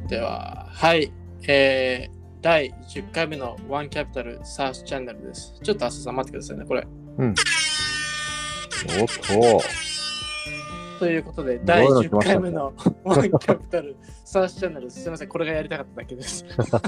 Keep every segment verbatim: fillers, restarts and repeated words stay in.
では、はい、えー、だいじゅっかいめのワンキャピタルサースチャンネルです。ちょっと浅さん待ってくださいね、これ。 うん。おっと。 ということで、だいじゅっかいめのワンキャピタルサースチャンネルです。すみません、これがやりたかっただけです。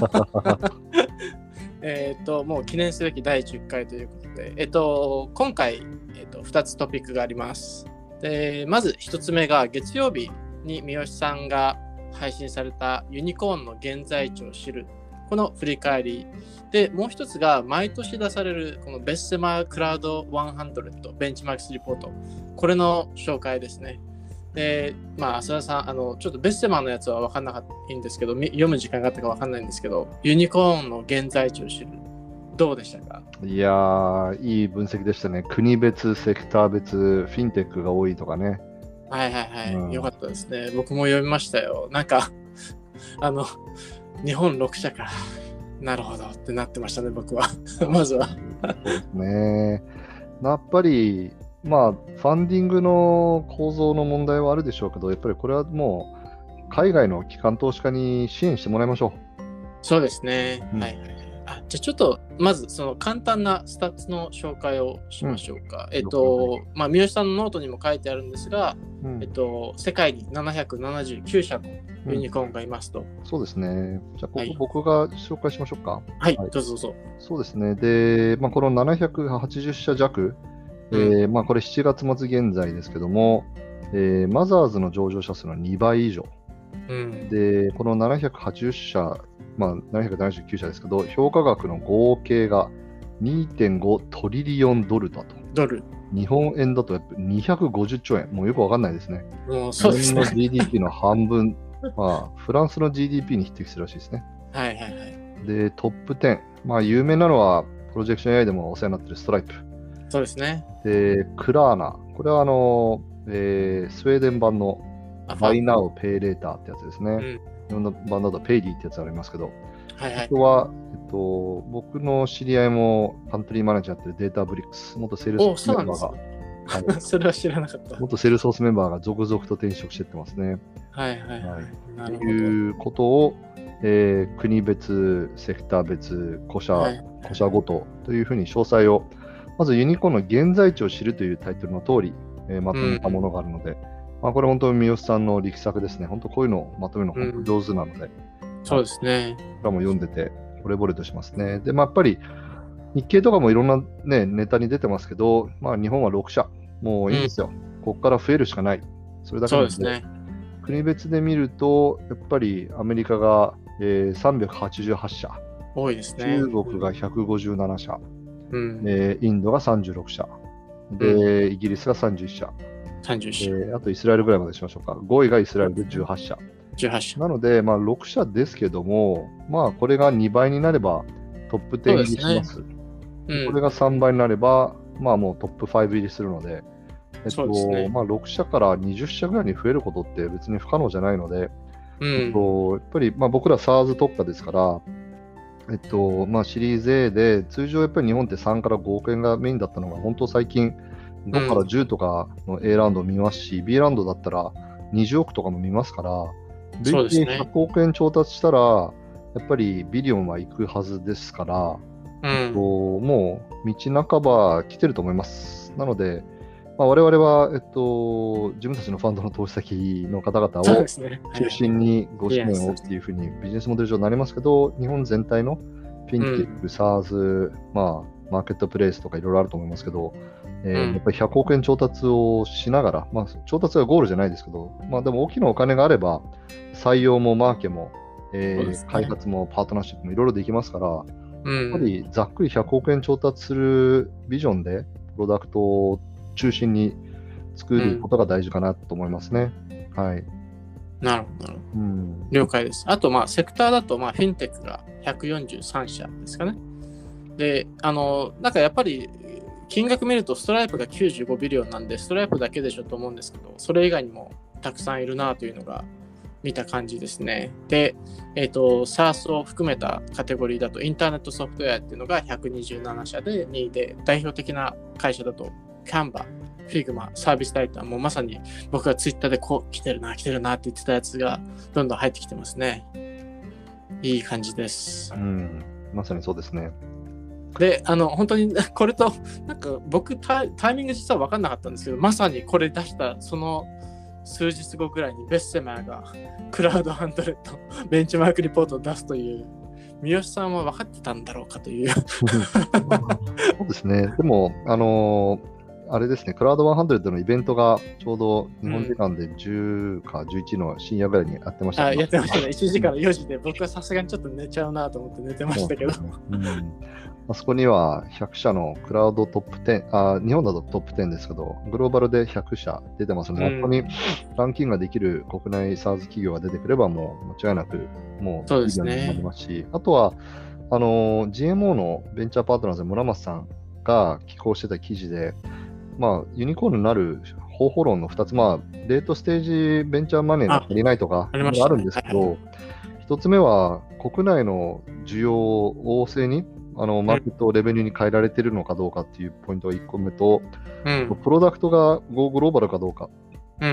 えっと、もう記念すべきだいじゅっかいということで、えっと、今回、えっと、ふたつトピックがあります。で、まずひとつめが、月曜日に三好さんが配信されたユニコーンの現在地を知る、この振り返り。で、もう一つが、毎年出されるこのベストセマークラウドひゃくベンチマークスリポート。これの紹介ですね。で、まあ、浅田さん、あの、ちょっとベストセマーのやつは分かんなかったいいんですけど、読む時間があったか分かんないんですけど、ユニコーンの現在地を知る。どうでしたか？ いやー、いい分析でしたね。国別、セクター別、フィンテックが多いとかね。 はいはいはい。 うん、 よかったですね。僕も読みましたよ。なんか、あの、日本ろく社か。なるほどってなってましたね、僕は。まずは。 そうですね。やっぱり、まあ、ファンディングの構造の問題はあるでしょうけど、やっぱりこれはもう、海外の機関投資家に支援してもらいましょう。 そうですね。 うん、 はいはい。あ、じゃあちょっと、まず、その簡単なスタッツの紹介をしましょうか。うん、えっと、まあ、三好さんのノートにも書いてあるんですが、うん、えっと、世界にななひゃくななじゅうきゅう社のユニコーンがいますと。うん、 そうですね。じゃあ、ここ、はい、僕が紹介しましょうか。 はい、はい、どうぞどうぞ。 そうですね。で、まあ、このななひゃくはちじゅっ社弱、うん、えーまあ、これしちがつ末現在ですけども、えー、マザーズの上場者数のにばい以上。うん、で、このななひゃくはちじゅっ社、まあ、ななひゃくななじゅうきゅう社ですけど、評価額の合計が にてんごトリリオンドルだと。 ドル。 日本円だとやっぱにひゃくごじゅっちょうえん。もうよくわかんないですね。 もうそうですね。 日本の ジーディーピー の半分、まあ、フランスの ジーディーピー に匹敵するらしいですね。 はいはいはい。 で、トップじゅう。まあ、有名なのは、プロジェクション エーアイ でもお世話になっているストライプ。 そうですね。 で、クラーナ。これはあの、えー、スウェーデン版のBuy Now Pay Later ってやつですね。うん、日本の版だと Payly ってやつありますけど、 はいはい、 あとは、えっと、僕の知り合いもパントリーマネージャーやってるデータブリックス、元セールスソースメンバーが、 はい、それは知らなかった。 元セールスソースメンバーが続々と転職してってますね。 はいはいはい。はい、 なるほど。ということを、えー、国別、セクター別、個社、はい、個社ごとというふうに詳細を、まずユニコーンの現在地を知るというタイトルの通り、えー、まとめたものがあるので、うん、まあ、これ本当に三好さんの力作ですね。本当こういうのをまとめるの本当上手なので、うん、 そうですね。 これも読んでて、惚れ惚れとしますね。で、まあ、やっぱり日経とかもいろんな、ね、ネタに出てますけど、まあ、日本はろく社、もういいんですよ。うん、ここから増えるしかない。それだけなので、そうですね。国別で見ると、やっぱりアメリカが、えー、さんびゃくはちじゅうはち社、 多いですね。 中国がひゃくごじゅうなな社、 うん、 えー、インドがさんじゅうろく社、で、うん、イギリスがさんじゅういち社、 さんじゅういち社、 えー、あとイスラエルぐらいまでしましょうか。ごいがイスラエルでじゅうはち社。 じゅうはち社。 なので、まあ、ろく社ですけども、まあ、これがにばいになればトップじゅう入りします。すね、うん、これがさんばいになれば、まあ、もうトップご入りするので、えっとね、まあ、ろく社からにじゅっ社ぐらいに増えることって別に不可能じゃないので、うん、えっと、やっぱり、まあ、僕ら SaaS 特化ですから、えっとまあ、シリーズ A で通常やっぱり日本ってさんからごおくえんがメインだったのが本当最近ごからじゅうとかの A ラウンドを見ますし、うん、B ラウンドだったらにじゅうおくとかも見ますから、累計ひゃくおくえん調達したらやっぱりビリオンは行くはずですから、うん、えっと、もう道半ば来てると思います。なので、まあ、我々は、えっと、自分たちのファンドの投資先の方々を中心にご支援をっていうふうにビジネスモデル上になりますけど、日本全体のフィンテック、SaaS、まあ、マーケットプレイスとかいろいろあると思いますけど、えーうん、やっぱりひゃくおくえん調達をしながら、まあ、調達がゴールじゃないですけど、まあ、でも大きなお金があれば、採用もマーケも、えーね、開発もパートナーシップもいろいろできますから、うん、やっぱりざっくりひゃくおくえん調達するビジョンで、プロダクトを中心に作ることが大事かなと思いますね。うん、はい。 なるほど、うん。了解です。あと、まあ、セクターだと、まあ、フィンテックがひゃくよんじゅうさん社ですかね。で、あの、なんかやっぱり、金額見るとストライプがきゅうじゅうごビリオンなんで、ストライプだけでしょと思うんですけど、それ以外にもたくさんいるなというのが見た感じですね。で、えっと、SaaS を含めたカテゴリーだと、インターネットソフトウェアっていうのがひゃくにじゅうなな社でにいで、代表的な会社だと、Canva、Figma、サービスライター、もうまさに僕がツイッターでこう来てるな、来てるなって言ってたやつがどんどん入ってきてますね。 いい感じです。 うん、まさにそうですね。 で、あの本当にこれとなんか僕タイ、タイミング実は分かんなかったんですけど、まさにこれ出したその数日後ぐらいにベスセマーがクラウドハンドレットベンチマークリポートを出すという、三好さんは分かってたんだろうかというそうですね。でも、あのーあれですね、クラウドひゃくのイベントがちょうど日本時間でじゅうかじゅういちの深夜ぐらいにやってました、 ね、あやってましたね。いちじからよじで、僕はさすがにちょっと寝ちゃうなと思って寝てましたけど。 うん、あそこにはひゃく社のクラウドトップじゅう、あ日本だとトップじゅうですけど、グローバルでひゃく社出てますので、うん、本当にランキングができる国内 SaaS 企業が出てくれば、もう間違いなく、もう、 そうですね。 なりますし、あとは、あのー、ジーエムオー のベンチャーパートナーズの村松さんが寄稿してた記事で、まあ、ユニコーンになる方法論のふたつ、まあ、レートステージベンチャーマネーが足りないとかあるんですけど、ひとつめは国内の需要を旺盛にあのマーケットをレベルに変えられているのかどうかっていうポイントがいっこめと、うん、プロダクトがグローバルかどうか、うん、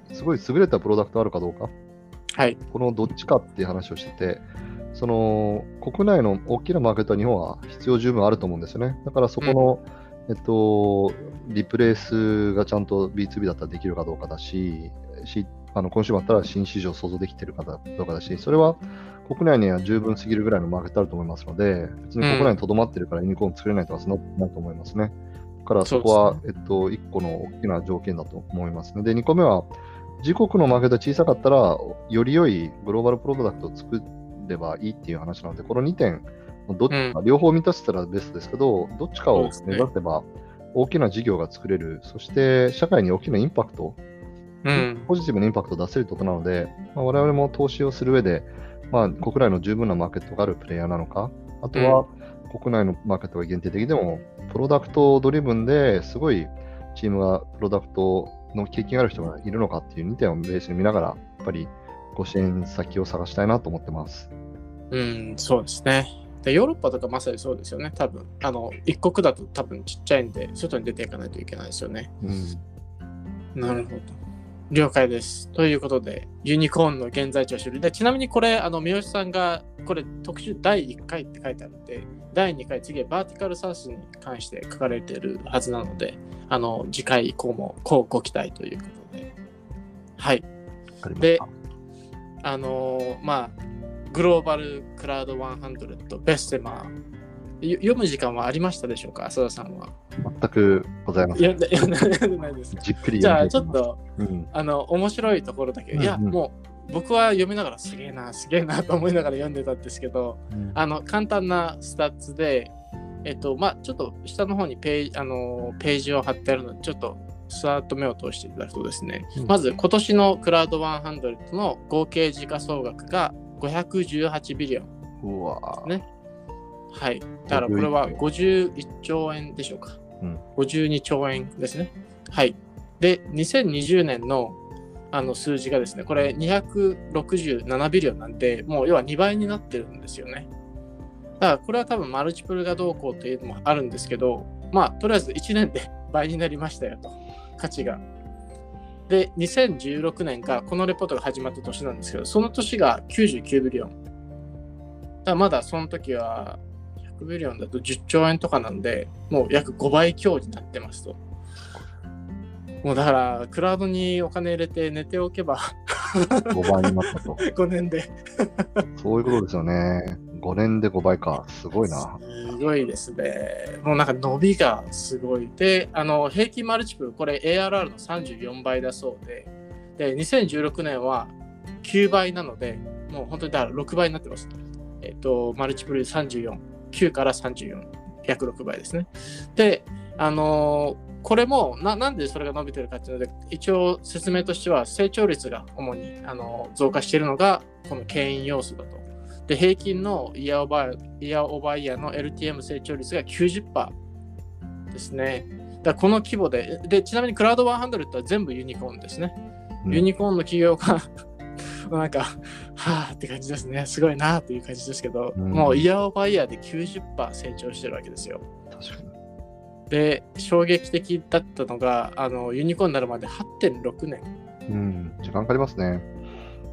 すごい優れたプロダクトあるかどうか、はい、このどっちかっていう話をしてて、その国内の大きなマーケットは日本は必要十分あると思うんですよね。だからそこの、うん、えっと、リプレイスがちゃんと ビーツービー だったらできるかどうかだし、しあの今週末だったら新市場を想像できているかどうかだし、それは国内には十分すぎるぐらいのマーケットあると思いますので、別に国内にとどまっているからユニコーン作れないとかそんなことないと思いますね。だからそこは、ねえっと、いっこの大きな条件だと思いますね。で、にこめは、自国のマーケットが小さかったら、より良いグローバルプロダクトを作ればいいっていう話なので、このにてん、どっちか、うん、両方満たせたらベストですけど、どっちかを目指せば大きな事業が作れる、そして社会に大きなインパクト、うん、ポジティブなインパクトを出せることなので、まあ、我々も投資をする上で、まあ、国内の十分なマーケットがあるプレイヤーなのか、あとは国内のマーケットが限定的でも、プロダクトドリブンですごいチームがプロダクトの経験がある人がいるのかっていうにてんをベースに見ながら、やっぱりご支援先を探したいなと思ってます。 うん、そうですね。でヨーロッパとかまさにそうですよね。多分あの一国だと多分ちっちゃいんで、外に出ていかないといけないですよね。うん、なるほど。了解です。ということで、ユニコーンの現在地を知る。で、ちなみにこれ、あの三好さんが、これ特集だいいっかいって書いてあるので、だいにかい、次はバーティカルサウスに関して書かれているはずなので、あの次回以降もこうご期待ということで。はい。で、あのー、まあ、グローバルクラウドひゃくベストセマー。読む時間はありましたでしょうか、浅田さんは。 全くございません。 いや、いやないですか。 じっくりじゃあ、ちょっと、うん、あの、面白いところだけ、うんうん、いや、もう、僕は読みながらすげえな、すげえなと思いながら読んでたんですけど、うん、あの、簡単なスタッツで、えっと、まあ、ちょっと下の方にページ、あの、ページを貼ってあるので、ちょっと、スワーッと目を通していただくとですね、うん、まず、今年のクラウドひゃくの合計時価総額がごひゃくじゅうはちビリオン、ね。 うわね。はい。だからこれはごじゅういっちょうえんでしょうか。うん、ごじゅうにちょうえんですね。はい。で、にせんにじゅうねんのあの数字がですね、これにひゃくろくじゅうななビリオンなんで、もう要はにばいになってるんですよね。だからこれは多分マルチプルがどうこうというのもあるんですけど、まあ、とりあえずいちねんで倍になりましたよと、価値が。で、にせんじゅうろくねんがこのレポートが始まった年なんですけど、その年がきゅうじゅうきゅうビリオン。だからまだその時は、ひゃくビリオンだとじゅっちょうえんとかなんで、もう約ごばい強になってますと。もうだから、クラウドにお金入れて寝ておけばごばいになったと。 ごねんでそういうことですよね。ごねんでごばいか。すごいな。 すごいですね。もうなんか伸びがすごい。で、あの、平均マルチプル、これ エーアールアール のさんじゅうよんばいだそうで、で、にせんじゅうろくねんはきゅうばいなので、もう本当にだからろくばいになってます。えっと、マルチプルさんじゅうよん、きゅうからさんじゅうよん、ひゃくろくばいですね。で、あのー、これもな、なんでそれが伸びてるかっていうので、一応説明としては、成長率が主に、あのー、増加しているのが、この牽引要素だと。で、平均のイヤーオーバー、イヤーオーバーイヤーの エルティーエム 成長率が きゅうじゅっパーセント ですね。だからこの規模で、で、ちなみにクラウドひゃくは全部ユニコーンですね。うん、ユニコーンの企業がなんか、はぁって感じですね。すごいなーっていう感じですけど、うん、もうイヤーオーバーイヤーで きゅうじゅっパーセント 成長してるわけですよ。 確かに。 で、衝撃的だったのが、あのユニコーンになるまで はってんろくねん。 うん、時間かかりますね。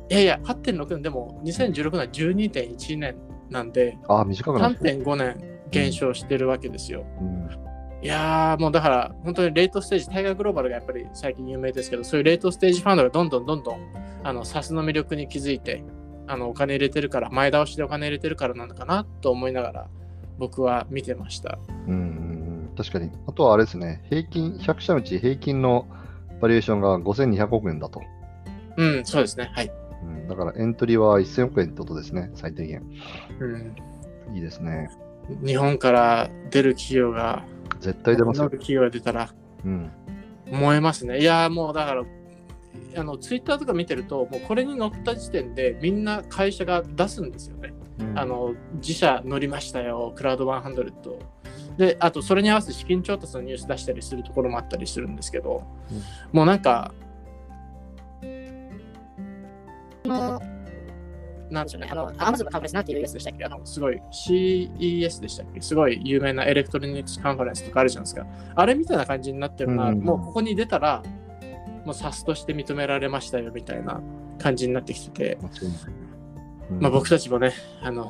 いやいや、はってんろくねんでもにせんじゅうろくねんはじゅうにてんいちねんなんで、 ああ、短くなってさんてんごねん減少してるわけですよ。 うん、 いやーもうだから本当にレートステージ、タイガーグローバルがやっぱり最近有名ですけど、そういうレートステージファンドがどんどんどんどんあのサスの魅力に気づいて、あのお金入れてるから、前倒しでお金入れてるからなのかなと思いながら僕は見てました。 うん、確かに。あとはあれですね、平均、ひゃく社のうち平均のバリエーションがごせんにひゃくおくえんだと。 うん、そうですね。はい。 うん、だからエントリーはせんおくえんってことですね、最低限。 うん、 いいですね。 日本から出る企業が、 絶対出ますよ。 企業が出たら、 うん、 燃えますね。いやーもうだからあのツイッターとか見てると、もうこれに乗った時点でみんな会社が出すんですよね。うん、あの自社乗りましたよ、クラウドひゃく。で、あとそれに合わせて資金調達のニュース出したりするところもあったりするんですけど、うん、もうなんか、なんでしょうね、あの、アマゾンのカンファレンスなんていうやつでしたっけ、あの、すごい シーイーエス でしたっけ、すごい有名なエレクトロニクスカンファレンスとかあるじゃないですか。あれみたいな感じになってるな、うん、もうここに出たら、もうサスとして認められましたよみたいな感じになってきてて、うん、まあ僕たちもね、あの、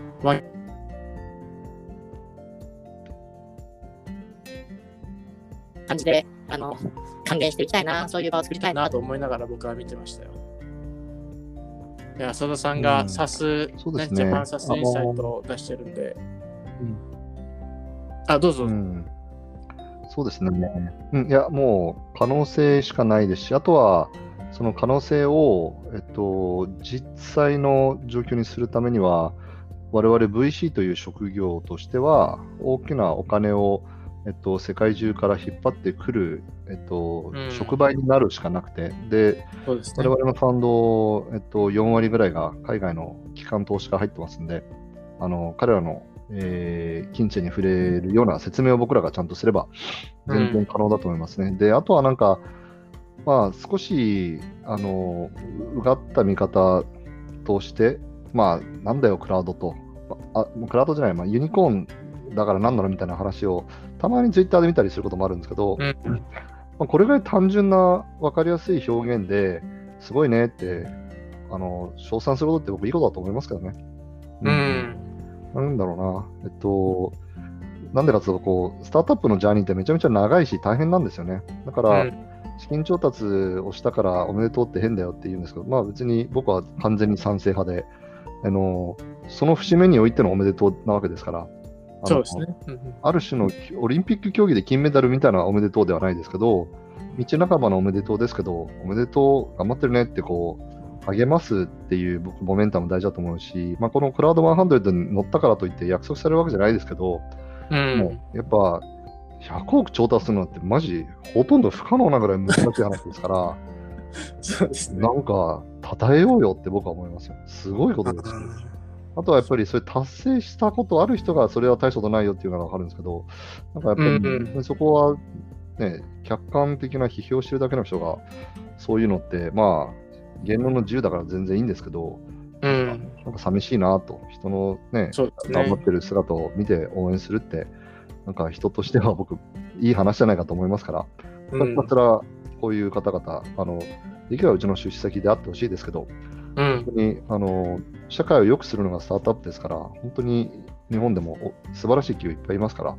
感じで、あの、還元していきたいな、そういう場を作りたいなと思いながら僕は見てましたよ。いや、曽田さんがサス、うんね、ジャパンサスインサイトを出してるんで。うん、あ、どうぞ。うん、 そうですね、うん。いや、もう可能性しかないですし、あとは、その可能性を、えっと、実際の状況にするためには、我々 ブイシー という職業としては、大きなお金をえっと、世界中から引っ張ってくる、えっとうん、触媒になるしかなくて、で、そうですね、我々のファンド、えっと、よんわりぐらいが海外の機関投資家入ってますんで、あの彼らの、えー、金銭に触れるような説明を僕らがちゃんとすれば、全然可能だと思いますね。うん、で、あとはなんか、まあ、少し、あの、うがった見方として、まあ、なんだよ、クラウドと。あ、クラウドじゃない、まあ、ユニコーンだからなんだろうみたいな話をたまにツイッターで見たりすることもあるんですけど、うんまあ、これぐらい単純な分かりやすい表現ですごいねってあの称賛することって僕いいことだと思いますけどね。 うん。 なんだろうな、えっと、なんでかというとこう、スタートアップのジャーニーってめちゃめちゃ長いし大変なんですよね。だから、うん、資金調達をしたからおめでとうって変だよって言うんですけど、まあ別に僕は完全に賛成派で、あのその節目においてのおめでとうなわけですから。 そうですね、 ある種のオリンピック競技で金メダルみたいなおめでとうではないですけど、道半ばのおめでとうですけど、おめでとう、頑張ってるねってこう励ますっていう僕モメンタム大事だと思うし、まあ、このクラウドひゃくに乗ったからといって約束されるわけじゃないですけど、うん、もうやっぱひゃくおく調達するのってマジほとんど不可能なぐらい難しい話ですからそうですね、 なんか称えようよって僕は思いますよ。すごいことですよ。あとはやっぱりそれ達成したことある人がそれは大したことないよっていうのが分かるんですけど、なんかやっぱり、うんうん、そこは、ね、客観的な批評してるだけの人がそういうのって、まあ、言論の自由だから全然いいんですけど、うん、なんか寂しいなと、人のね、ね頑張ってる姿を見て応援するって、なんか人としては僕、いい話じゃないかと思いますから、うん、ひたすらこういう方々、あのできればうちの出資先であってほしいですけど、うん、本当にあの社会を良くするのがスタートアップですから、本当に日本でも素晴らしい企業いっぱいいますから、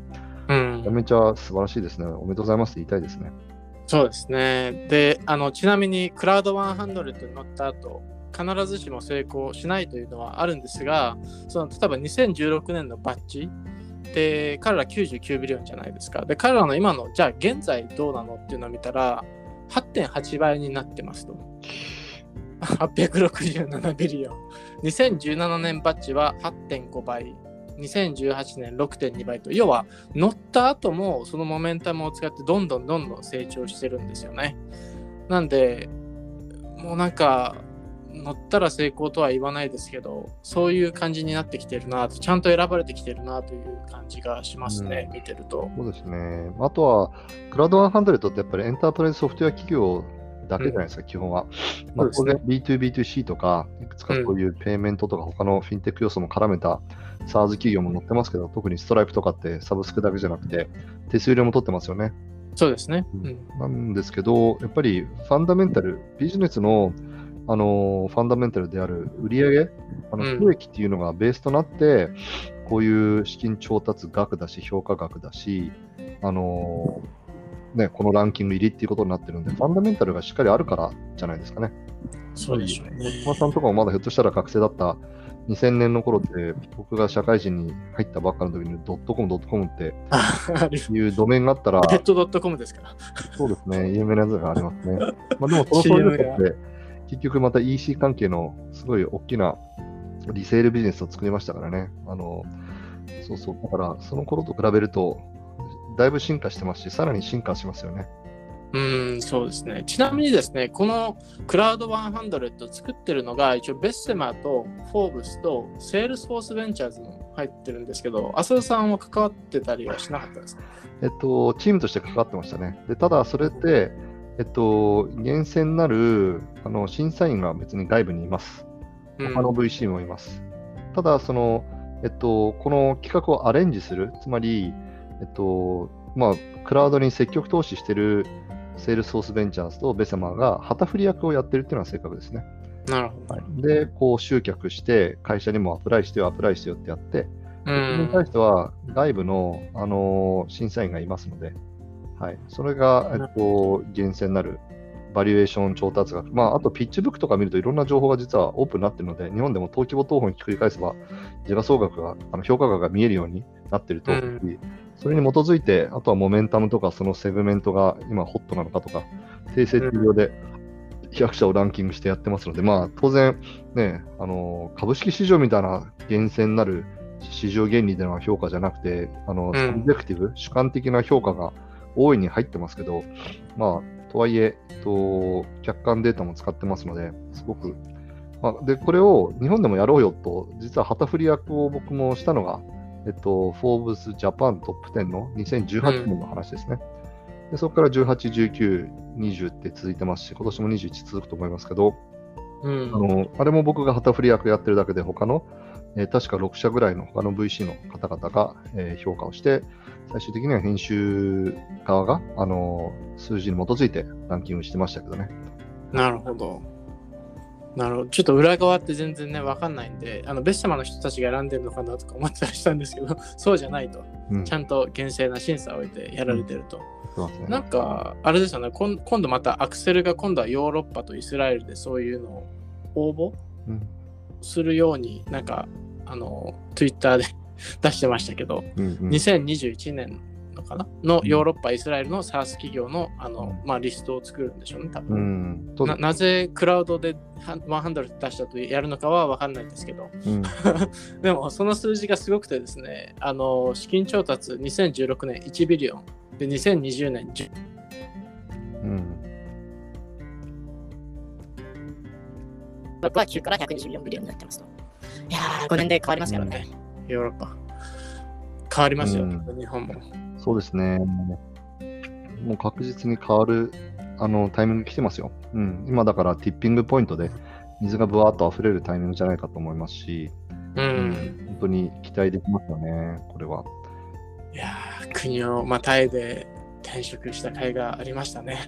うん、めちゃめちゃ素晴らしいですね。おめでとうございますって言いたいですね。 そうですね。で、あのちなみにクラウドひゃくに乗った後、必ずしも成功しないというのはあるんですが、その例えばにせんじゅうろくねんのバッジで、彼らきゅうじゅうきゅうビリオンじゃないですか。で、彼らの今の、じゃあ現在どうなのっていうのを見たら、はってんはちばいになってますと。はっぴゃくろくじゅうななビリオン。にせんじゅうななねんバッジは はってんごばい。にせんじゅうはちねん ろくてんにばいと、要は乗った後もそのモメンタムを使ってどんどんどんどん成長してるんですよね。なんで、もうなんか、乗ったら成功とは言わないですけど、そういう感じになってきてるなと、ちゃんと選ばれてきてるなという感じがしますね、うん、見てると。 そうですね。あとは、クラウドひゃくってやっぱりエンタープライズソフトウェア企業だけじゃないですか、うん、基本は。まあ、当然 ビーツービーツーシー とか、いくつかそういうペイメントとか他のフィンテック要素も絡めた SaaS 企業も載ってますけど、特にストライプとかってサブスクだけじゃなくて、手数料も取ってますよね。 そうですね。 うん、なんですけど、やっぱりファンダメンタル、ビジネスのあのファンダメンタルである売上、あの収益っていうのがベースとなって、うん、こういう資金調達額だし、評価額だし、あのね、このランキング入りっていうことになってるんで、ファンダメンタルがしっかりあるからじゃないですかね。 そうでしょうね。 小島さんとかもまだひょっとしたら学生だったにせんねんの頃って、僕が社会人に入ったばっかの時にドットコム、ドットコムっていうドメインがあったら、 ペットドットコムですから。 そうですね、有名なやつがありますね。まあでも、そのそういうのって、結局また イーシー 関係のすごい大きなリセールビジネスを作りましたからね。あのそうそう、だからその頃と比べると、だいぶ進化してますし、さらに進化しますよね。 うん、そうですね。ちなみにですね、このクラウドひゃくを作ってるのが、一応ベッセマーとフォーブスとセールスフォースベンチャーズも入ってるんですけど、浅田さんは関わってたりはしなかったですか？ えっと、チームとして関わってましたね。でただ、それって、えっと、厳選なるあの審査員が別に外部にいます。他の ブイシー もいます。うん、ただ、その、えっと、この企画をアレンジする、つまり、えっとまあ、クラウドに積極投資しているセールスフォースベンチャーズとベセマーが旗振り役をやってるっていうのが正確ですね。 なるほど。 はい、で、こう集客して、会社にもアプライしてよ、アプライしてよってやって、それに対しては外部の、あのー、審査員がいますので、はい、それが、えっと、厳選なるバリュエーション調達額、まあ、あとピッチブックとか見るといろんな情報が実はオープンになっているので、日本でも登記簿等法に繰り返せば、時価総額が、あの評価額が見えるようになっていると、うん、それに基づいて、あとはモメンタムとか、そのセグメントが今ホットなのかとか、定性定量でひゃく社をランキングしてやってますので、まあ、当然、ね、あの株式市場みたいな厳選なる市場原理での評価じゃなくて、あのサブジェクティブ、主観的な評価が大いに入ってますけど、まあ、とはいえ、と客観データも使ってますので、すごく、まあ、で、これを日本でもやろうよと、実は旗振り役を僕もしたのが、えっと、フォーブスジャパントップじゅうのにせんじゅうはちねんの話ですね。うん、でそこからじゅうはち、じゅうきゅう、にじゅうって続いてますし、今年もにじゅういち続くと思いますけど、うん、あのあれも僕が旗振り役やってるだけで、他の、えー、確かろく社ぐらいの他の ブイシー の方々が、えー、評価をして、最終的には編集側が、あのー、数字に基づいてランキングしてましたけどね。 なるほど。なるほど。ちょっと裏側って全然ね、分かんないんで、あのベッサマの人たちが選んでるのかなとか思ってたりしたんですけど、そうじゃないと、うん、ちゃんと厳正な審査を置いてやられてると。うん、ね、なんか、あれですよね、今度またアクセルが今度はヨーロッパとイスラエルでそういうのを応募するように、なんか、あの、Twitter で出してましたけど、うんうん、にせんにじゅういちねんのかなのヨーロッパ、イスラエルの サース 企業の、あの、まあ、リストを作るんでしょうね、多分。うん、な, なぜクラウドでひゃく出したとやるのかは分かんないんですけど、うん、でもその数字がすごくてですね、あの資金調達にせんじゅうろくねんいちビリオンでにせんにじゅうねんじゅう、うん、 はきゅうからひゃくにじゅうよんビリオンになってますと。いやー、ごねんで変わりますからね、 うん、ヨーロッパ変わりますよ、うん、日本も。 そうですね、もう確実に変わるあのタイミング来てますよ、うん、今だからティッピングポイントで水がぶわーっと溢れるタイミングじゃないかと思いますし、うんうん、本当に期待できますよね、これは。 いやー、国をまたいで転職した甲斐がありましたね。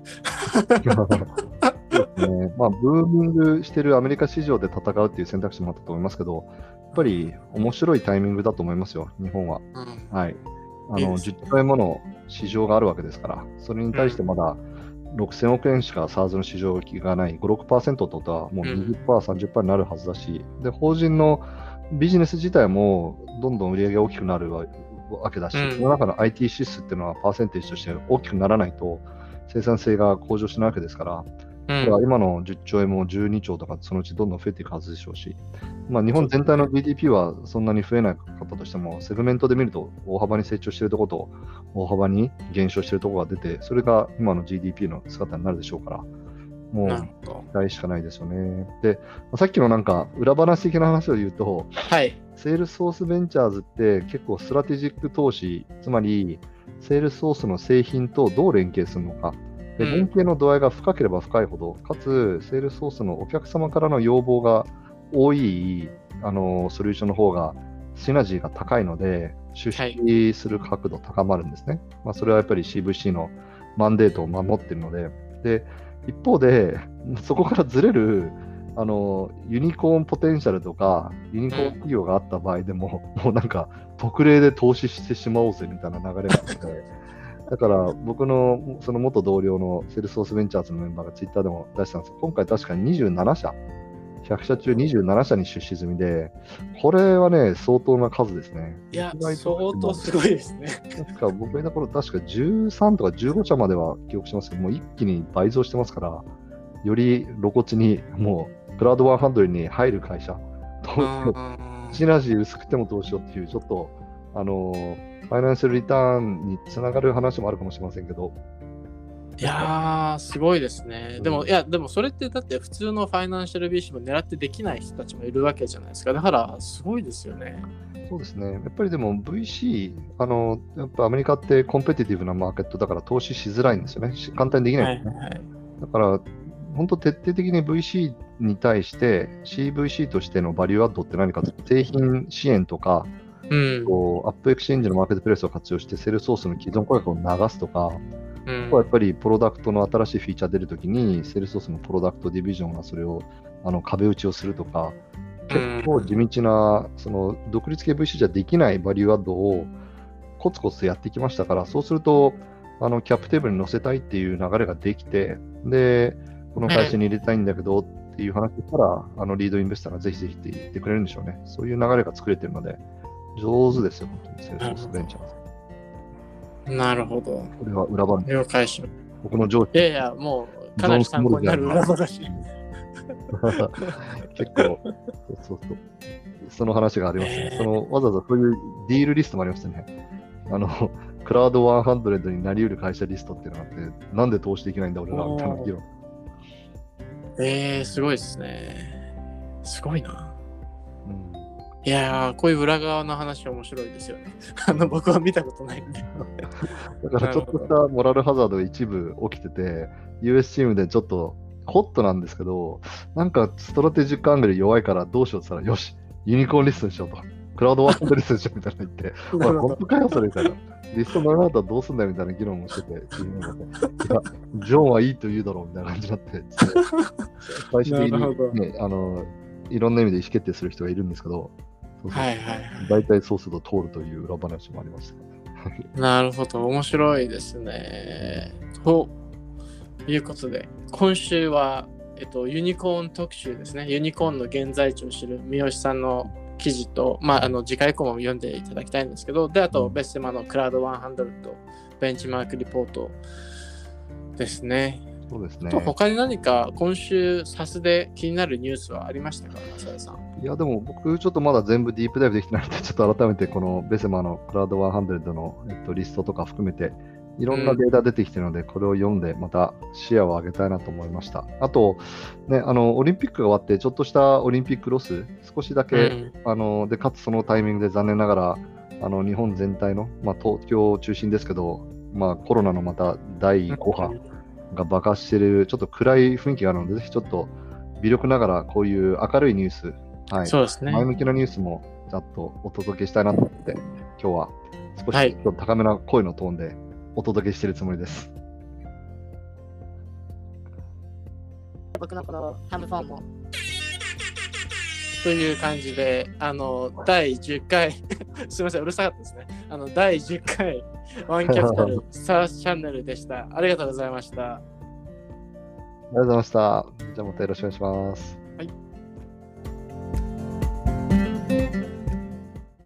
そうですね、まあ、ブーミングしてるアメリカ市場で戦うっていう選択肢もあったと思いますけど、やっぱり面白いタイミングだと思いますよ、日本は。うん、はい、あのいい、ね、じゅっちょうえんもの市場があるわけですから、それに対してまだろくせんおくえんしか SARS の市場がない、ご、ろくパーセント ってことはもう にじゅっパーセント、さんじゅっパーセント になるはずだし、で法人のビジネス自体もどんどん売り上げが大きくなるわけだし、うん、その中の アイティー 指数っていうのはパーセンテージとして大きくならないと生産性が向上しないわけですから、うん、今のじゅっちょうえんもじゅうにちょうとかそのうちどんどん増えていくはずでしょうし、まあ、日本全体の ジーディーピー はそんなに増えなかったとしても、セグメントで見ると大幅に成長しているところと大幅に減少しているところが出て、それが今の ジーディーピー の姿になるでしょうから、もう期待しかないですよね。で、さっきのなんか裏話的な話を言うと、 はい、 セールスフォースベンチャーズって結構ストラテジック投資、つまりセールスフォースの製品とどう連携するのか、で連携の度合いが深ければ深いほど、かつセールスフォースのお客様からの要望が多いあのソリューションの方がシナジーが高いので、出資する角度高まるんですね。はい、まあ、それはやっぱり シーブイシー のマンデートを守っているので、で一方でそこからずれるあのユニコーンポテンシャルとかユニコーン企業があった場合でも、うん、もうなんか特例で投資してしまおうぜみたいな流れがあってだから僕のその元同僚のセルソースベンチャーズのメンバーがツイッターでも出したんですけど、今回確かににじゅうななしゃ、ひゃくしゃ中にじゅうななしゃに出資済みで、これはね、相当な数ですね。 いや、相当すごいですね。 なんか僕がいた頃、確かじゅうさんとかじゅうごしゃまでは記憶してますけど、もう一気に倍増してますから、より露骨に、もう、クラウドひゃくに入る会社、シナジー薄くてもどうしようっていう、ちょっと、あのー、ファイナンシャルリターンにつながる話もあるかもしれませんけど。 いやー、すごいですね。うん、でも、いや、でもそれってだって普通のファイナンシャル ビーシー も狙ってできない人たちもいるわけじゃないですか。だから、すごいですよね。 そうですね。やっぱりでも ブイシー、あの、やっぱアメリカってコンペティティブなマーケットだから投資しづらいんですよね。簡単にできないんですね。はいはい、だから、本当徹底的に ブイシー に対して シーブイシー としてのバリューアッドって何かと、製品支援とか、うん、こうアップエクシェンジのマーケットプレイスを活用してセールソースの既存顧客を流すとか、うん、やっぱりプロダクトの新しいフィーチャー出るときにセールソースのプロダクトディビジョンがそれをあの壁打ちをするとか、結構地道なその独立系 ブイシー じゃできないバリューアッドをコツコツやってきましたから、そうするとあのキャップテーブルに載せたいっていう流れができて、でこの会社に入れたいんだけどっていう話から、あのリードインベスターがぜひぜひって言ってくれるんでしょうね。そういう流れが作れてるので上手ですよ、本当にセールスソースベンチャーズ。 なるほど。 これは裏話。 了解します。 僕の上司。 いやいや、もうかなり参考になる裏話。 結構、そうそうそう。その話がありますね。そのわざわざそういうディールリストもありましたね。あの、クラウドひゃくになり得る会社リストっていうのがあって、なんで投資できないんだ俺らみたいな議論。 えー、すごいですね。すごいな。いやー、こういう裏側の話面白いですよね。あの僕は見たことないんで。 だからちょっとしたモラルハザードが一部起きてて、ユーエス チームでちょっとホットなんですけど、なんかストラテジックアングル弱いからどうしようって言ったら、よし、ユニコーンリストにしようと。クラウドワークリストにしようみたいな言って、まあ、本当かよ、それみたいな。リスト乗らなかったらどうすんだよみたいな議論もしてて、チームのいや、ジョンはいいと言うだろうみたいな感じになって、最終的に、ね、あのいろんな意味で意思決定する人がいるんですけど、そうそう、はいはいはい、大体そうすると通るという裏話もありました、ね。 なるほど、面白いですね。ということで、今週は、えっと、ユニコーン特集ですね。ユニコーンの現在地を知る三好さんの記事と、まあ、あの次回以降も読んでいただきたいんですけど、で、あと、ベッセマのクラウドひゃくベンチマークリポートですね。 そうですね。 と他に何か今週サスで気になるニュースはありましたか、浅田さん。 いやでも僕ちょっとまだ全部ディープダイブできてないので、ちょっと改めてこのベセマのクラウドひゃくの、えっと、リストとか含めていろんなデータ出てきてるので、うん、これを読んでまた視野を上げたいなと思いました。あと、ね、あのオリンピックが終わってちょっとしたオリンピックロス少しだけ、うん、あのでかつそのタイミングで残念ながらあの日本全体の、まあ、東京中心ですけど、まあ、コロナのまただいご波が爆発しているちょっと暗い雰囲気があるので、ぜひちょっと微力ながらこういう明るいニュース、はい、 そうですね、 前向きなニュースもちゃんとお届けしたいなと思って、今日は少しちょっと高めな声のトーンでお届けしているつもりです。はい、 僕のこのハムフォンもという感じで、あのだいじゅっかいすみません、うるさかったですね。あのだいじゅっかいワンキャピタルサーチャンネルでした。ありがとうございました。 ありがとうございました。じゃあまたよろしくお願いします。 はい。